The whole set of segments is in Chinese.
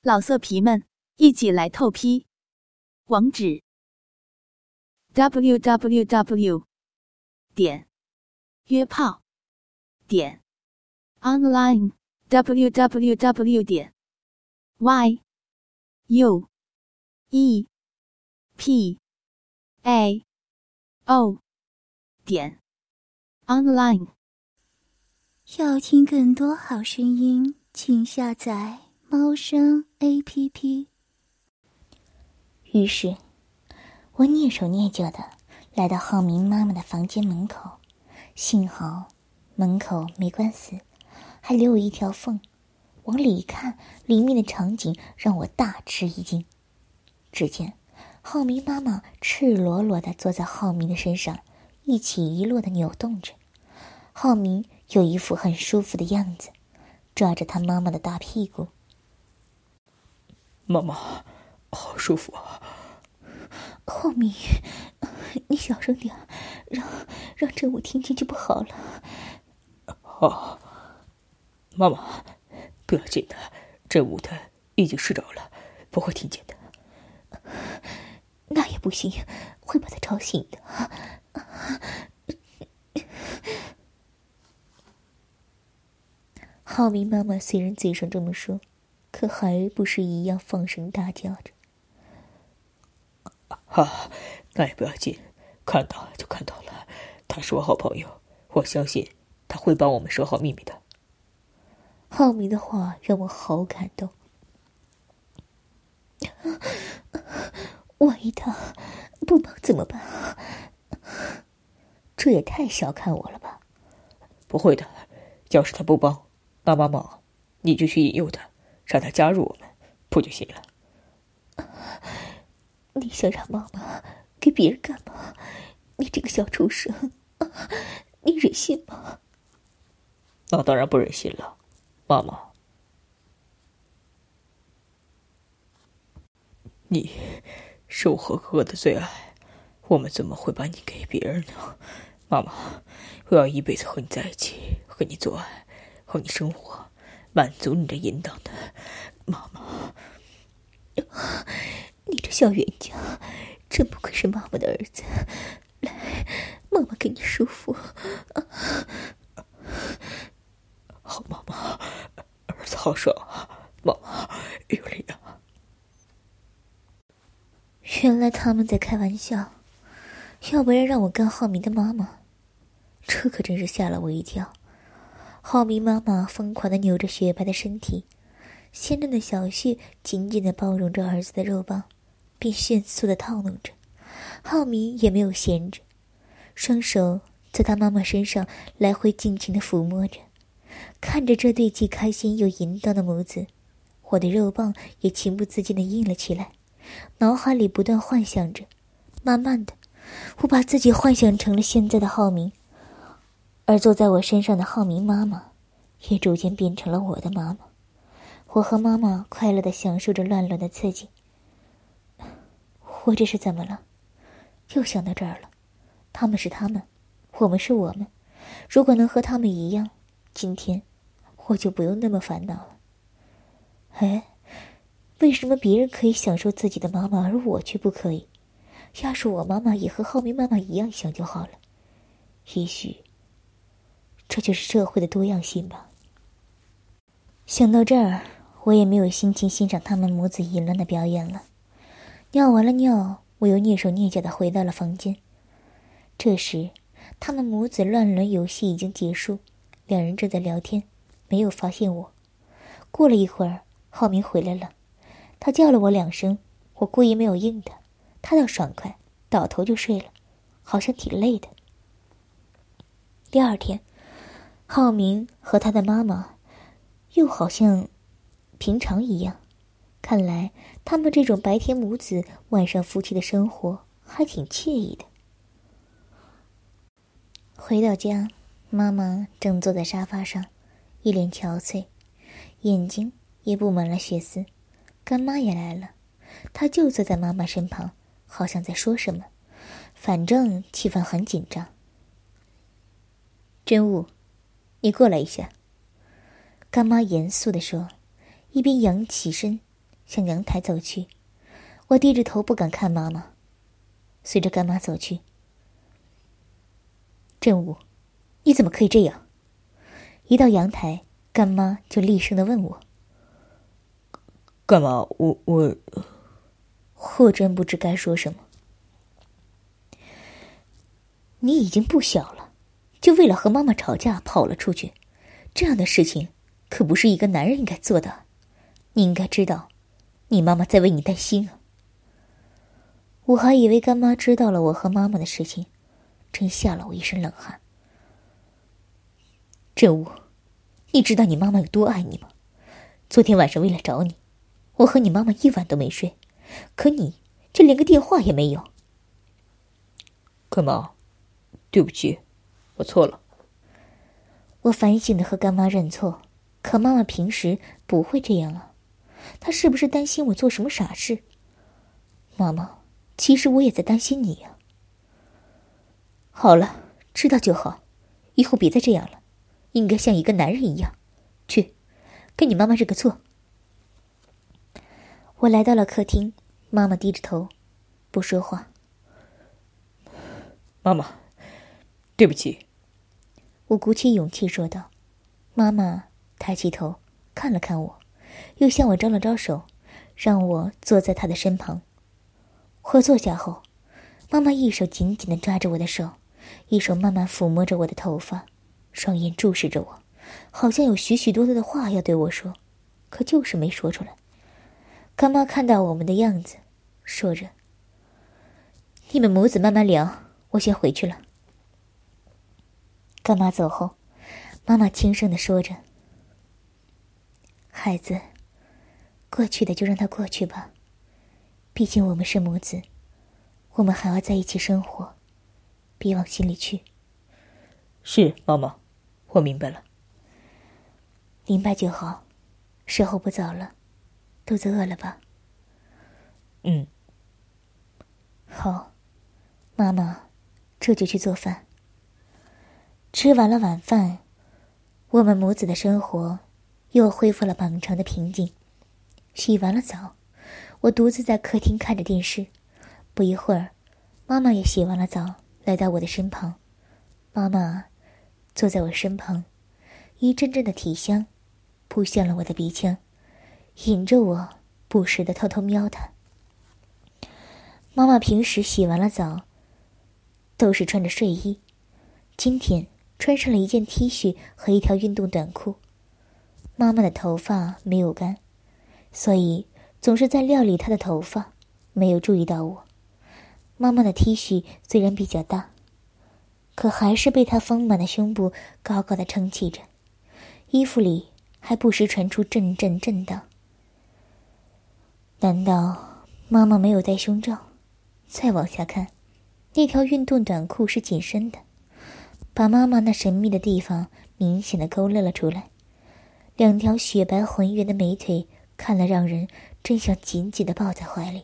老色皮们，一起来透批！网址 www.约炮online www.yuepao.online。 要听更多好声音，请下载猫声 APP。 于是我蹑手蹑脚地来到浩明妈妈的房间门口，幸好门口没关死，还留有一条缝。往里一看，里面的场景让我大吃一惊。只见浩明妈妈赤裸裸地坐在浩明的身上，一起一落地扭动着。浩明有一副很舒服的样子，抓着他妈妈的大屁股。 妈妈，好舒服啊！ 浩明，你小声点，让正午听见就不好了。 哦，妈妈，不要紧的，正午的已经睡着了，不会听见的。 那也不行，会把他吵醒的。浩明妈妈虽然嘴上这么说，可还不是一样放声大叫着。 那也不要紧，看到就看到了，他是我好朋友，我相信他会帮我们守好秘密的。 浩明的话让我好感动。万一他不帮怎么办？这也太小看我了吧。 不会的，要是他不帮，那妈妈你就去引诱他，让他加入我们，不就行了？ 你想让妈妈给别人干嘛？你这个小畜生，你忍心吗？ 那当然不忍心了，妈妈。你是我和哥哥的最爱，我们怎么会把你给别人呢？妈妈，我要一辈子和你在一起，和你做爱，和你生活，满足你的淫荡的妈妈。 你这小冤家，真不愧是妈妈的儿子。来，妈妈给你舒服。 好，妈妈，儿子好爽啊！妈妈，有力量。 原来他们在开玩笑，要不然让我干浩明的妈妈，这可真是吓了我一跳。浩明妈妈疯狂地扭着雪白的身体，鲜嫩的小穴紧紧地包容着儿子的肉棒，并迅速地套弄着。浩明也没有闲着，双手在他妈妈身上来回尽情地抚摸着。看着这对既开心又淫荡的母子，我的肉棒也情不自禁地硬了起来，脑海里不断幻想着。慢慢的，我把自己幻想成了现在的浩明，而坐在我身上的浩明妈妈也逐渐变成了我的妈妈。我和妈妈快乐地享受着乱伦的刺激。我这是怎么了？又想到这儿了。他们是他们，我们是我们。如果能和他们一样，今天我就不用那么烦恼了。哎，为什么别人可以享受自己的妈妈，而我却不可以？要是我妈妈也和浩明妈妈一样想就好了。也许这就是社会的多样性吧。想到这儿，我也没有心情欣赏他们母子淫乱的表演了。尿完了尿，我又蹑手蹑脚地回到了房间。这时他们母子乱伦游戏已经结束，两人正在聊天，没有发现我。过了一会儿，浩明回来了，他叫了我2声，我故意没有应他，他倒爽快，倒头就睡了，好像挺累的。第二天，浩明和他的妈妈又好像平常一样，看来他们这种白天母子晚上夫妻的生活还挺惬意的。回到家，妈妈正坐在沙发上，一脸憔悴，眼睛也布满了血丝。干妈也来了，她就坐在妈妈身旁，好像在说什么，反正气氛很紧张。真武，你过来一下。干妈严肃地说，一边仰起身， 向阳台走去。我低着头不敢看妈妈，随着干妈走去。振武，你怎么可以这样？一到阳台，干妈就厉声地问我。 干嘛？ 我真不知该说什么。你已经不小了，就为了和妈妈吵架跑了出去，这样的事情可不是一个男人应该做的。你应该知道，你妈妈在为你担心啊。我还以为干妈知道了我和妈妈的事情，真吓了我一身冷汗。振武，你知道你妈妈有多爱你吗？昨天晚上为了找你，我和你妈妈一晚都没睡，可你这连个电话也没有。 干妈，对不起，我错了。 我反省的和干妈认错，可妈妈平时不会这样啊，她是不是担心我做什么傻事？妈妈，其实我也在担心你呀。好了，知道就好，以后别再这样了，应该像一个男人一样，去，跟你妈妈认个错。我来到了客厅，妈妈低着头，不说话。 妈妈，对不起。 我鼓起勇气说道。妈妈抬起头看了看我，又向我招了招手，让我坐在她的身旁。我坐下后，妈妈一手紧紧地抓着我的手，一手慢慢抚摸着我的头发，双眼注视着我，好像有许许多多的话要对我说，可就是没说出来。干妈看到我们的样子，说着：“你们母子慢慢聊，我先回去了。”干妈走后，妈妈轻声地说着：“孩子，过去的就让它过去吧，毕竟我们是母子，我们还要在一起生活，别往心里去。” 是，妈妈，我明白了。 明白就好，时候不早了，肚子饿了吧？ 嗯。 好，妈妈这就去做饭。吃完了晚饭，我们母子的生活又恢复了往常的平静。洗完了澡，我独自在客厅看着电视。不一会儿，妈妈也洗完了澡，来到我的身旁。妈妈坐在我身旁，一阵阵的体香扑向了我的鼻腔，引着我不时地偷偷瞄她。妈妈平时洗完了澡都是穿着睡衣，今天穿上了一件 T 恤和一条运动短裤。妈妈的头发没有干，所以总是在料理她的头发，没有注意到我。妈妈的 T 恤虽然比较大，可还是被她丰满的胸部高高的撑起着，衣服里还不时传出阵阵震荡。难道妈妈没有戴胸罩？再往下看，那条运动短裤是紧身的，把妈妈那神秘的地方明显的勾勒了出来。两条雪白浑圆的美腿看了让人真想紧紧地抱在怀里。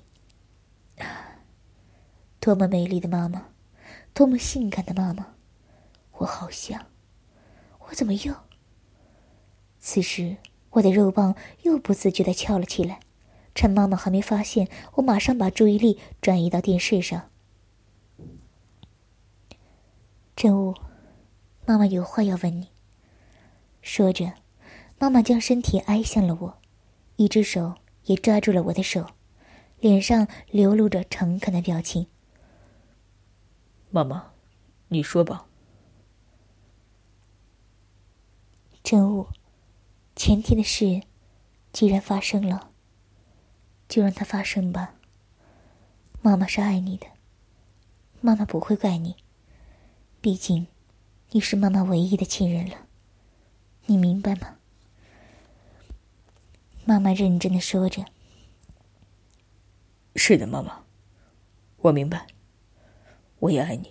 多么美丽的妈妈，多么性感的妈妈，我好想，我怎么又……此时我的肉棒又不自觉地翘了起来，趁妈妈还没发现，我马上把注意力转移到电视上。振武，妈妈有话要问你。说着，妈妈将身体挨向了我，一只手也抓住了我的手，脸上流露着诚恳的表情。 妈妈，你说吧。 振武，前天的事既然发生了，就让它发生吧。妈妈是爱你的，妈妈不会怪你，毕竟你是妈妈唯一的亲人了，你明白吗？妈妈认真地说着。 是的，妈妈，我明白，我也爱你。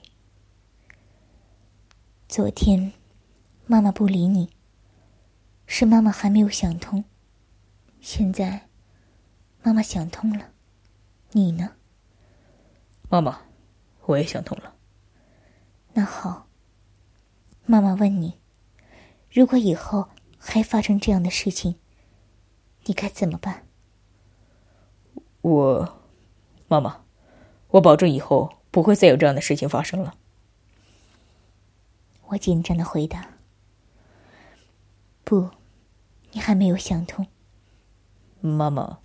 昨天妈妈不理你，是妈妈还没有想通，现在妈妈想通了，你呢？ 妈妈，我也想通了。 那好，妈妈问你，如果以后还发生这样的事情，你该怎么办？ 妈妈，我保证以后不会再有这样的事情发生了。 我紧张的回答。不，你还没有想通。 妈妈，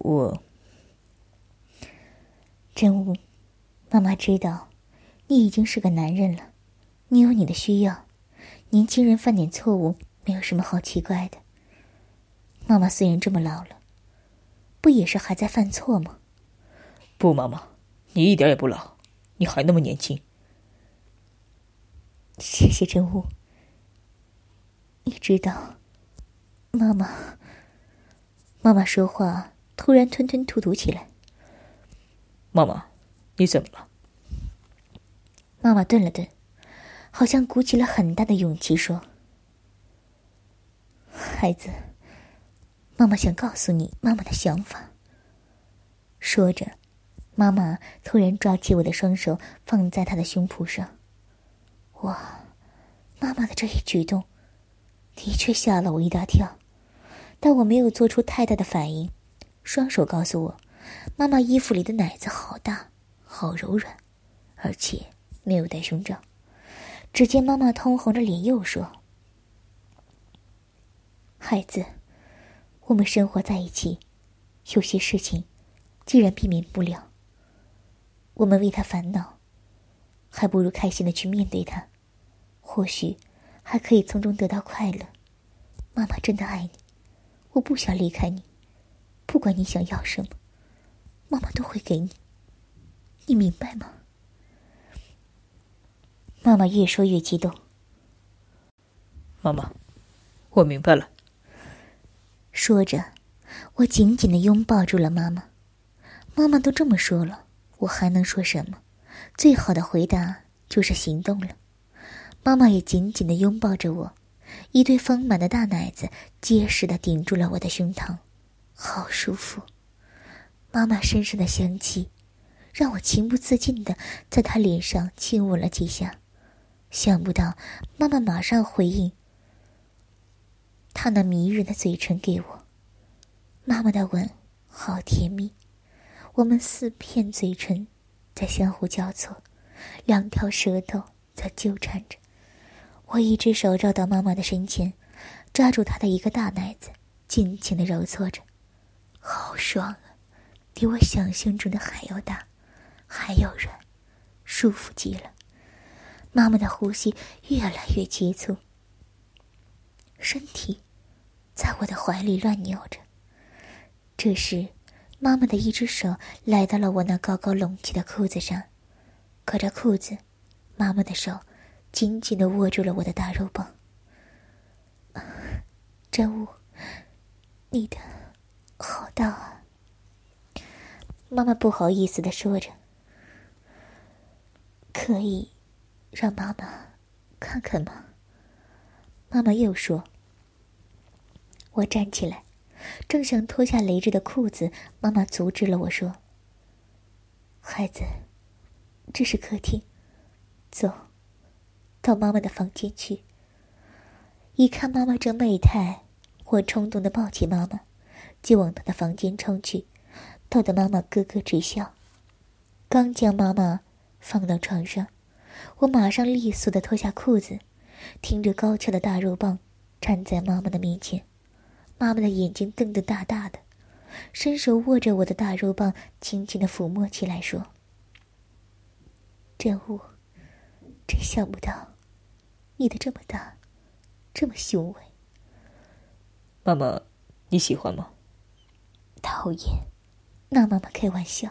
真武，妈妈知道你已经是个男人了，你有你的需要，年轻人犯点错误没有什么好奇怪的。妈妈虽然这么老了，不也是还在犯错吗？ 不，妈妈，你一点也不老，你还那么年轻。 谢谢真武。你知道，妈妈说话突然吞吞吐吐起来。 妈妈，你怎么了？ 妈妈顿了顿，好像鼓起了很大的勇气说：孩子，妈妈想告诉你妈妈的想法。说着，妈妈突然抓起我的双手放在她的胸脯上。哇，妈妈的这一举动的确吓了我一大跳，但我没有做出太大的反应。双手告诉我，妈妈衣服里的奶子好大好柔软，而且没有戴胸罩。只见妈妈通红着脸又说：孩子，我们生活在一起，有些事情既然避免不了，我们为他烦恼，还不如开心的去面对他，或许还可以从中得到快乐。妈妈真的爱你，我不想离开你，不管你想要什么，妈妈都会给你，你明白吗？妈妈越说越激动。 妈妈，我明白了。 说着，我紧紧地拥抱住了妈妈。妈妈都这么说了，我还能说什么？最好的回答就是行动了。妈妈也紧紧地拥抱着我，一对丰满的大奶子结实地顶住了我的胸膛，好舒服。妈妈身上的香气让我情不自禁地在她脸上亲吻了几下。想不到妈妈马上回应，她那迷人的嘴唇给我。妈妈的吻好甜蜜，我们4片嘴唇在相互交错，2条舌头在纠缠着。我一只手绕到妈妈的身前，抓住她的一个大奶子，尽情地揉搓着。好爽啊，比我想象中的还要大，还要软，舒服极了。妈妈的呼吸越来越急促，身体在我的怀里乱扭着。这时，妈妈的一只手来到了我那高高隆起的裤子上，隔着裤子，妈妈的手紧紧地握住了我的大肉棒。真武，你的好大啊！妈妈不好意思地说着。可以让妈妈看看吗？妈妈又说。我站起来，正想脱下勒着的裤子，妈妈阻止了我，说：孩子，这是客厅，走，到妈妈的房间去。一看妈妈这媚态，我冲动地抱起妈妈，就往她的房间冲去，逗得妈妈咯咯直笑。刚将妈妈放到床上，我马上利索地脱下裤子，挺着高翘的大肉棒站在妈妈的面前。妈妈的眼睛瞪得大大的，伸手握着我的大肉棒，轻轻地抚摸起来，说：真武，真想不到你的这么大，这么雄伟。 妈妈，你喜欢吗？ 讨厌，拿妈妈开玩笑。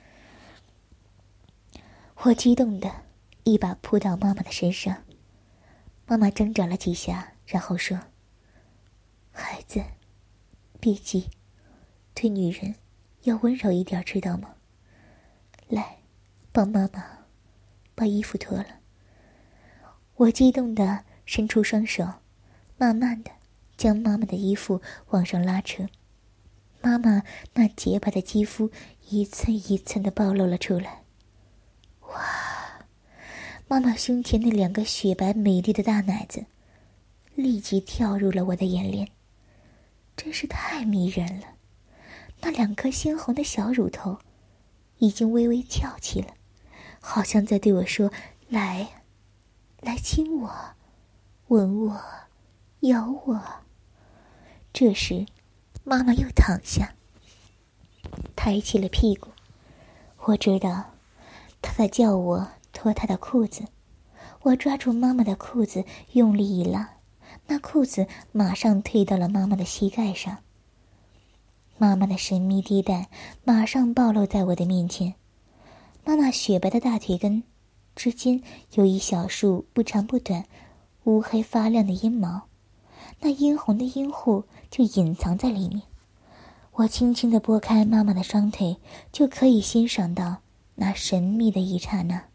我激动的一把扑到妈妈的身上，妈妈挣扎了几下，然后说：孩子，别急，对女人要温柔一点，知道吗？来，帮妈妈把衣服脱了。我激动地伸出双手，慢慢地将妈妈的衣服往上拉扯。妈妈那洁白的肌肤一寸一寸地暴露了出来。哇！妈妈胸前那2个雪白美丽的大奶子立即跳入了我的眼帘，真是太迷人了。 那2颗鲜红的小乳头已经微微翘起了，好像在对我说：“来亲我，吻我，咬我。”这时，妈妈又躺下，抬起了屁股。我知道，她在叫我脱她的裤子。我抓住妈妈的裤子，用力一拉，那裤子马上退到了妈妈的膝盖上。妈妈的神秘地带马上暴露在我的面前。妈妈雪白的大腿根之间有一小束不长不短、乌黑发亮的阴毛，那殷红的阴户就隐藏在里面。我轻轻地拨开妈妈的双腿，就可以欣赏到那神秘的一刹那。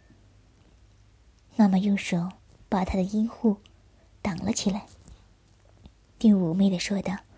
妈妈用手把她的阴户挡了起来，并妩媚地说道：“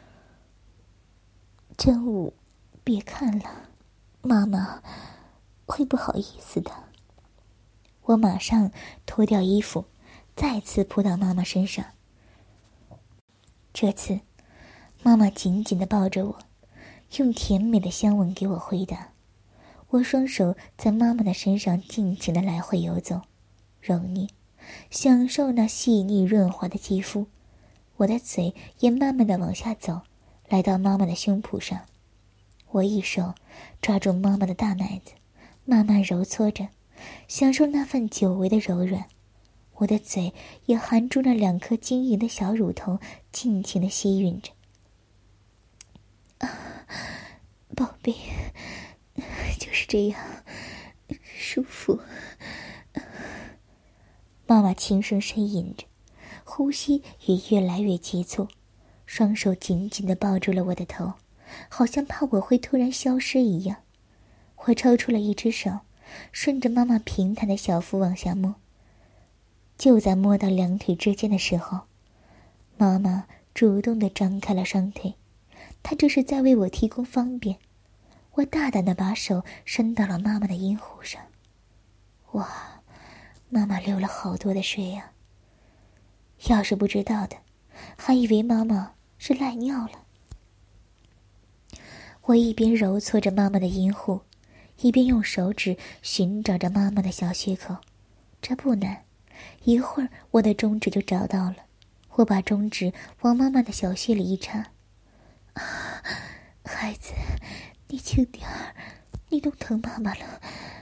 真武，别看了，妈妈会不好意思的。”我马上脱掉衣服，再次扑到妈妈身上。这次，妈妈紧紧地抱着我，用甜美的香吻给我回答。我双手在妈妈的身上尽情地来回游走，揉捏，享受那细腻润滑的肌肤。我的嘴也慢慢地往下走，来到妈妈的胸脯上。我一手抓住妈妈的大奶子，慢慢揉搓着，享受那份久违的柔软。我的嘴也含住那2颗晶莹的小乳头，尽情地吸吮着。宝贝，就是这样舒服。妈妈轻声呻吟着，呼吸也越来越急促，双手紧紧地抱住了我的头，好像怕我会突然消失一样。我抽出了一只手，顺着妈妈平坦的小腹往下摸。就在摸到2腿之间的时候，妈妈主动地张开了双腿，她这是在为我提供方便。我大胆地把手伸到了妈妈的阴户上。哇，妈妈流了好多的水呀！要是不知道的，还以为妈妈是赖尿了。我一边揉搓着妈妈的阴户，一边用手指寻找着妈妈的小穴口。这不难，一会儿我的中指就找到了。我把中指往妈妈的小穴里一插。孩子，你轻点儿，你弄疼妈妈了。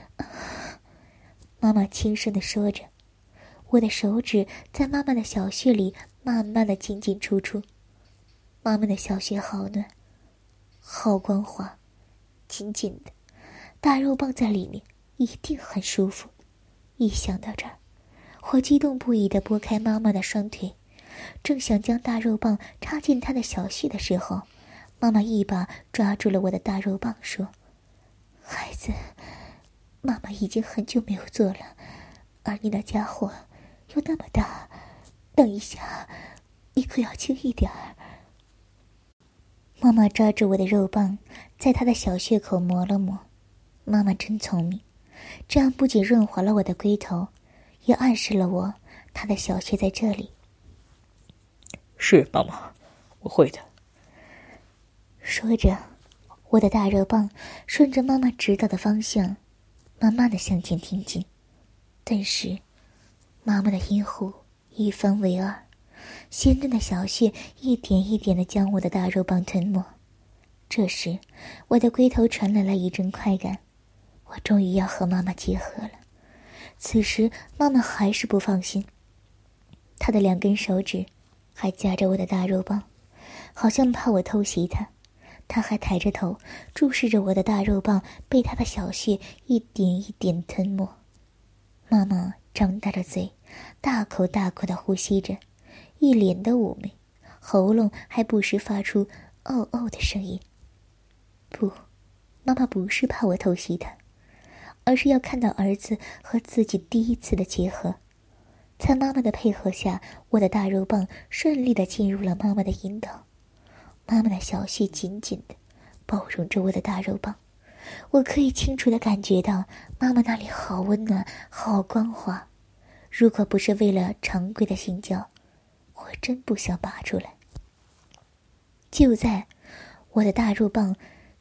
妈妈轻声地说着，我的手指在妈妈的小穴里慢慢地进进出出。妈妈的小穴好暖，好光滑，紧紧的，大肉棒在里面一定很舒服。一想到这儿，我激动不已地拨开妈妈的双腿，正想将大肉棒插进她的小穴的时候，妈妈一把抓住了我的大肉棒，说：“孩子，妈妈已经很久没有做了，而你那家伙又那么大，等一下，你可要轻一点儿。”妈妈抓住我的肉棒，在她的小穴口磨了磨。妈妈真聪明，这样不仅润滑了我的龟头，也暗示了我她的小穴在这里。 是妈妈，我会的。 说着，我的大肉棒顺着妈妈指导的方向，慢慢地向前挺进。顿时，妈妈的阴户一分为二，鲜嫩的小穴一点一点地将我的大肉棒吞没。这时，我的龟头传来了一阵快感，我终于要和妈妈结合了。此时，妈妈还是不放心，她的2根手指还夹着我的大肉棒，好像怕我偷袭她。她还抬着头，注视着我的大肉棒被她的小穴一点一点吞没。妈妈张大着嘴，大口大口地呼吸着，一脸的妩媚，喉咙还不时发出哦哦的声音。不，妈妈不是怕我偷袭她，而是要看到儿子和自己第一次的结合。在妈妈的配合下，我的大肉棒顺利地进入了妈妈的阴道。妈妈的小穴紧紧地包容着我的大肉棒，我可以清楚地感觉到妈妈那里好温暖，好光滑。如果不是为了常规的性交，真不想拔出来。就在我的大肉棒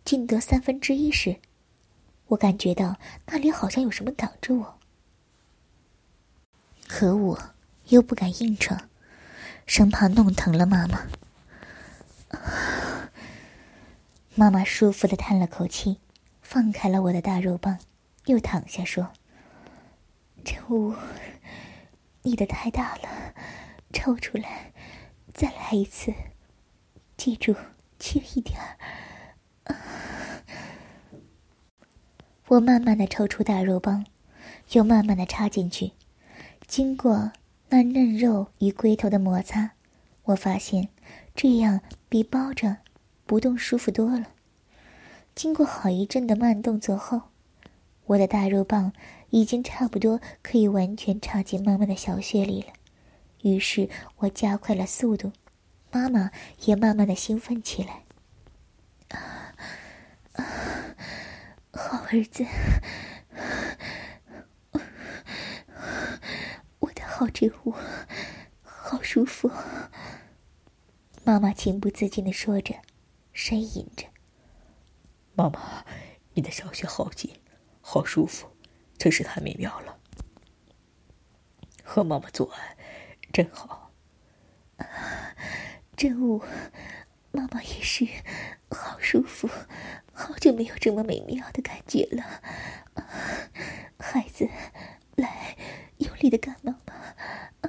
尽得1/3时，我感觉到那里好像有什么挡着我，可我又不敢硬闯，生怕弄疼了妈妈。妈妈舒服地叹了口气，放开了我的大肉棒，又躺下说：“真武，你的太大了，抽出来，再来一次，记住，轻一点儿。”我慢慢地抽出大肉棒，又慢慢地插进去。经过那嫩肉与龟头的摩擦，我发现这样比包着不动舒服多了。经过好一阵的慢动作后，我的大肉棒已经差不多可以完全插进妈妈的小穴里了。于是我加快了速度，妈妈也慢慢的兴奋起来。好儿子，我的好植物，好舒服。妈妈情不自禁地说着，呻吟着。 妈妈，你的小穴好紧，好舒服，真是太美妙了。和妈妈做爱真好。 真武，妈妈也是好舒服，好久没有这么美妙的感觉了。孩子，来，用力的干妈妈。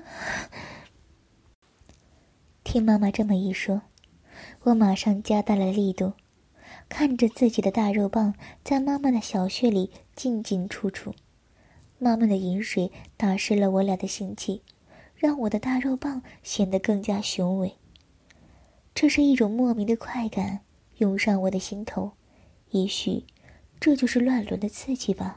听妈妈这么一说，我马上加大了力度，看着自己的大肉棒在妈妈的小穴里进进出出。妈妈的饮水打湿了我俩的性器，让我的大肉棒显得更加雄伟。这是一种莫名的快感涌上我的心头，也许这就是乱伦的刺激吧。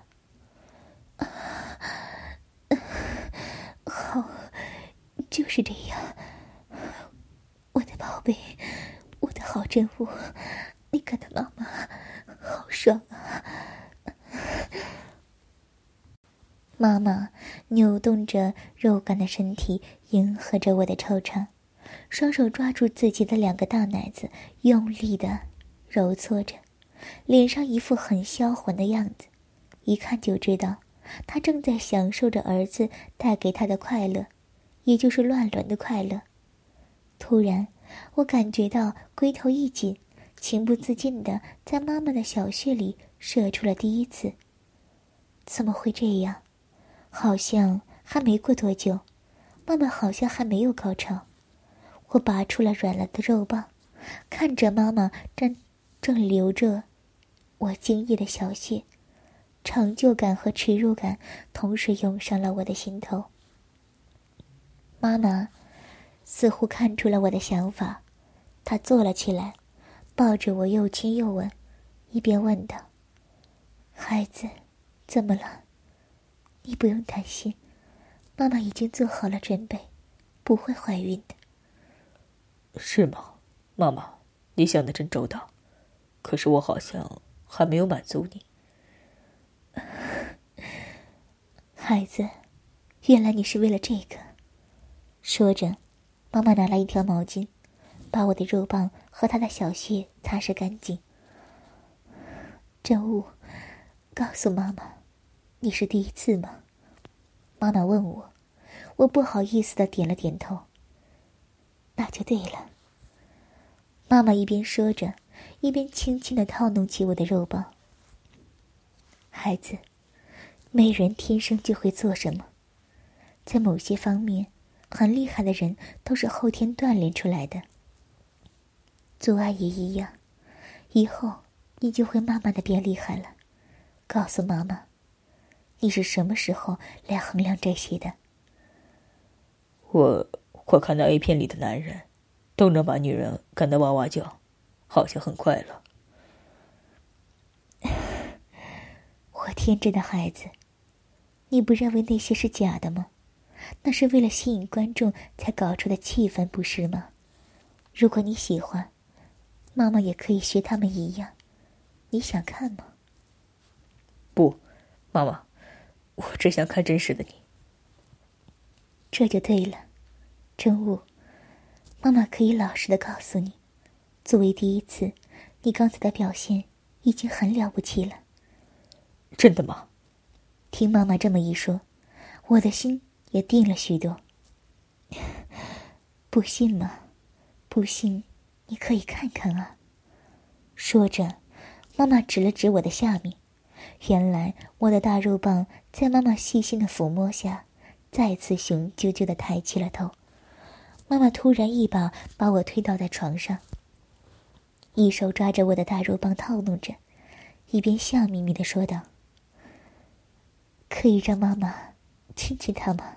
好，就是这样。我的宝贝，我的好真武，你干的妈妈好爽啊。妈妈扭动着肉感的身体，迎合着我的抽插，双手抓住自己的2个大奶子，用力地揉搓着，脸上一副很销魂的样子，一看就知道她正在享受着儿子带给她的快乐，也就是乱伦的快乐。突然，我感觉到龟头一紧，情不自禁地在妈妈的小穴里射出了第一次。怎么会这样？好像还没过多久，妈妈好像还没有高潮。我拔出了软了的肉棒，看着妈妈正流着我精液的小穴，成就感和耻辱感同时涌上了我的心头。妈妈似乎看出了我的想法，她坐了起来，抱着我又亲又吻，一边问道：“孩子，怎么了？你不用担心，妈妈已经做好了准备，不会怀孕的。” 是吗？妈妈，你想得真周到。可是我好像还没有满足你。 孩子，原来你是为了这个。说着，妈妈拿来一条毛巾，把我的肉棒和她的小穴擦拭干净。真武，告诉妈妈，你是第一次吗？妈妈问我，我不好意思地点了点头。那就对了。妈妈一边说着，一边轻轻地套弄起我的肉棒。孩子，没人天生就会做什么，在某些方面，很厉害的人都是后天锻炼出来的。做爱也一样，以后你就会慢慢的变厉害了。告诉妈妈，你是什么时候来衡量这些的？ 我看到 A 片里的男人都能把女人干得哇哇叫，好像很快乐。 我天真的孩子，你不认为那些是假的吗？那是为了吸引观众才搞出的气氛，不是吗？如果你喜欢，妈妈也可以学他们一样。你想看吗？ 不，妈妈，我只想看真实的你。 这就对了，真武，妈妈可以老实的告诉你，作为第一次，你刚才的表现已经很了不起了。 真的吗？ 听妈妈这么一说，我的心也定了许多。不信吗？不信，你可以看看啊。说着，妈妈指了指我的下面。原来我的大肉棒在妈妈细心的抚摸下，再次雄赳赳地抬起了头。妈妈突然一把把我推倒在床上，一手抓着我的大肉棒套弄着，一边笑眯眯地说道：“可以让妈妈亲亲它吗？”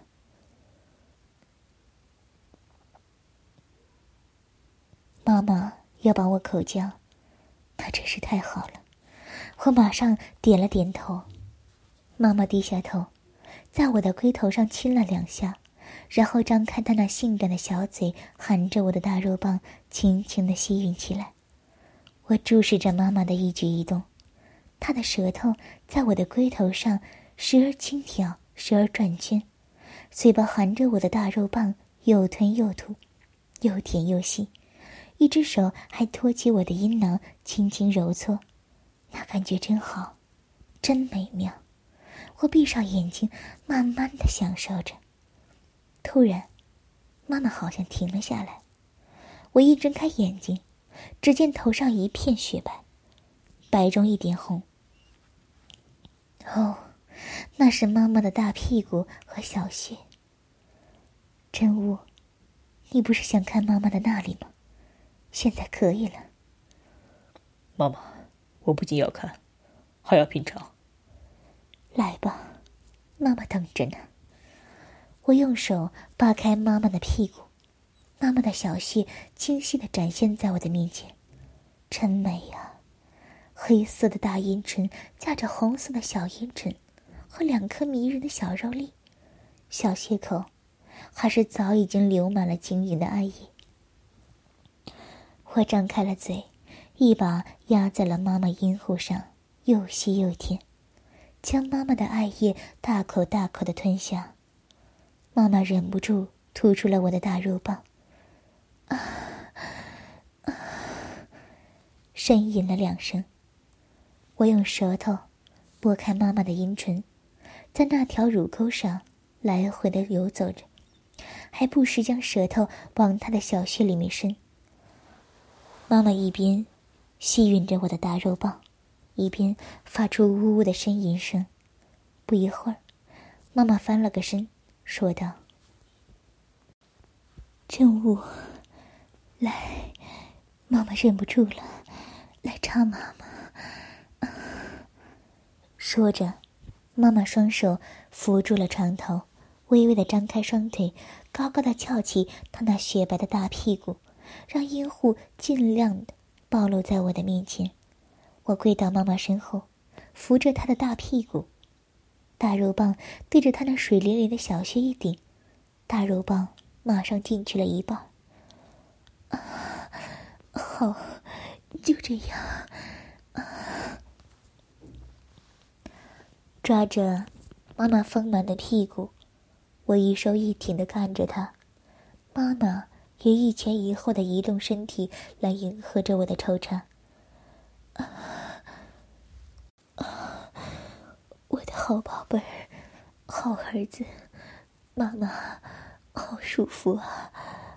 妈妈要帮我口交，那真是太好了。我马上点了点头。妈妈低下头，在我的龟头上亲了2下，然后张开她那性感的小嘴，含着我的大肉棒，轻轻地吸吮起来。我注视着妈妈的一举一动，她的舌头在我的龟头上时而轻挑，时而转圈，嘴巴含着我的大肉棒，又吞又吐，又甜又细，一只手还托起我的阴囊，轻轻揉搓。那感觉真好，真美妙。我闭上眼睛，慢慢地享受着。突然，妈妈好像停了下来。我一睁开眼睛，只见头上一片雪白，白中一点红。哦，那是妈妈的大屁股和小穴。真悟，你不是想看妈妈的那里吗？现在可以了。 妈妈，我不仅要看，还要品尝。 来吧，妈妈等着呢。我用手扒开妈妈的屁股，妈妈的小穴清晰地展现在我的面前，真美呀！黑色的大阴唇架着红色的小阴唇，和2颗迷人的小肉粒，小穴口还是早已经流满了晶莹的爱液。我张开了嘴，一把压在了妈妈阴户上，又细又甜，将妈妈的爱液大口大口地吞下。妈妈忍不住吐出了我的大肉棒，呻吟了2声。我用舌头拨开妈妈的阴唇，在那条乳沟上来回地游走着，还不时将舌头往她的小穴里面伸。妈妈一边吸吮着我的大肉棒，一边发出呜呜的呻吟声。不一会儿，妈妈翻了个身，说道：“真悟，来，妈妈忍不住了，来插妈妈。”说着，妈妈双手扶住了床头，微微地张开双腿，高高地翘起她那雪白的大屁股，让阴户尽量地暴露在我的面前。我跪到妈妈身后，扶着她的大屁股，大肉棒对着她那水灵灵的小穴一顶，大肉棒马上进去了一半。好，就这样。抓着妈妈丰满的屁股，我一收一挺地看着她，妈妈也一前一后地移动身体来迎合着我的抽插。我的好宝贝儿，好儿子，妈妈好舒服啊！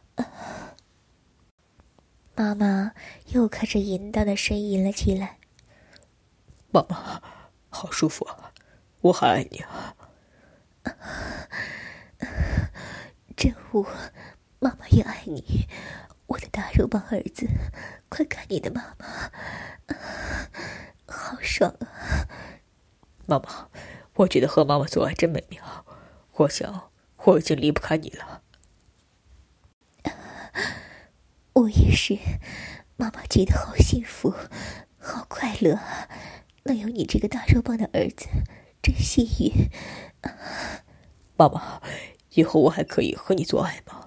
妈妈又开始淫荡地呻吟了起来。 妈妈，好舒服啊，我还爱你啊！ 真悟，妈妈也爱你，我的大肉棒儿子，快看你的妈妈，好爽啊！ 妈妈，我觉得和妈妈做爱真美妙，我想我已经离不开你了。 我也是，妈妈觉得好幸福，好快乐啊！能有你这个大肉棒的儿子，真幸运。 妈妈，以后我还可以和你做爱吗？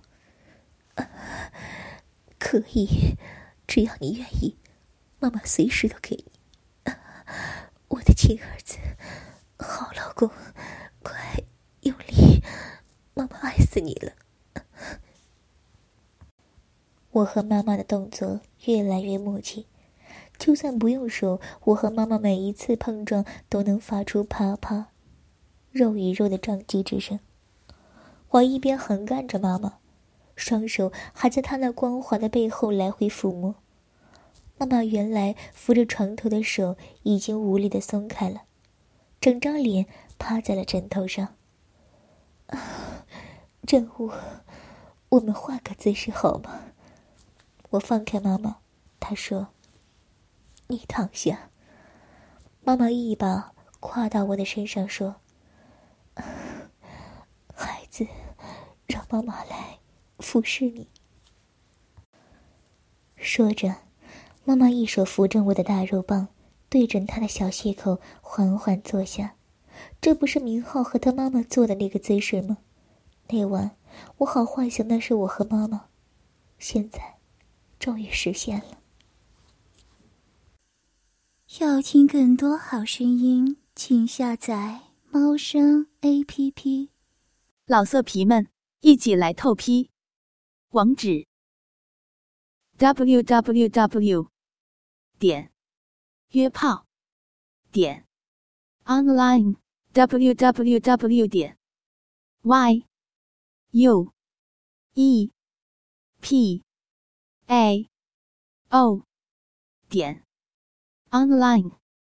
可以，只要你愿意，妈妈随时都给你。我的亲儿子，好老公，快用力，妈妈爱死你了。我和妈妈的动作越来越默契， 就算不用手，我和妈妈每一次碰撞都能发出啪啪、肉与肉的撞击之声。我一边横干着妈妈，双手还在她那光滑的背后来回抚摸。妈妈原来扶着床头的手已经无力地松开了，整张脸趴在了枕头上。正午，我们换个姿势好吗？我放开妈妈，她说：“你躺下。”妈妈一把跨到我的身上说：“孩子，让妈妈来服侍你。”说着，妈妈一手扶正我的大肉棒，对准她的小穴口缓缓坐下。这不是明浩和他妈妈做的那个姿势吗？那晚我好幻想那是我和妈妈，现在终于实现了。 要听更多好声音，请下载猫声 APP。 老色皮们，一起来透批！网址 www.约炮online www.yuepao.online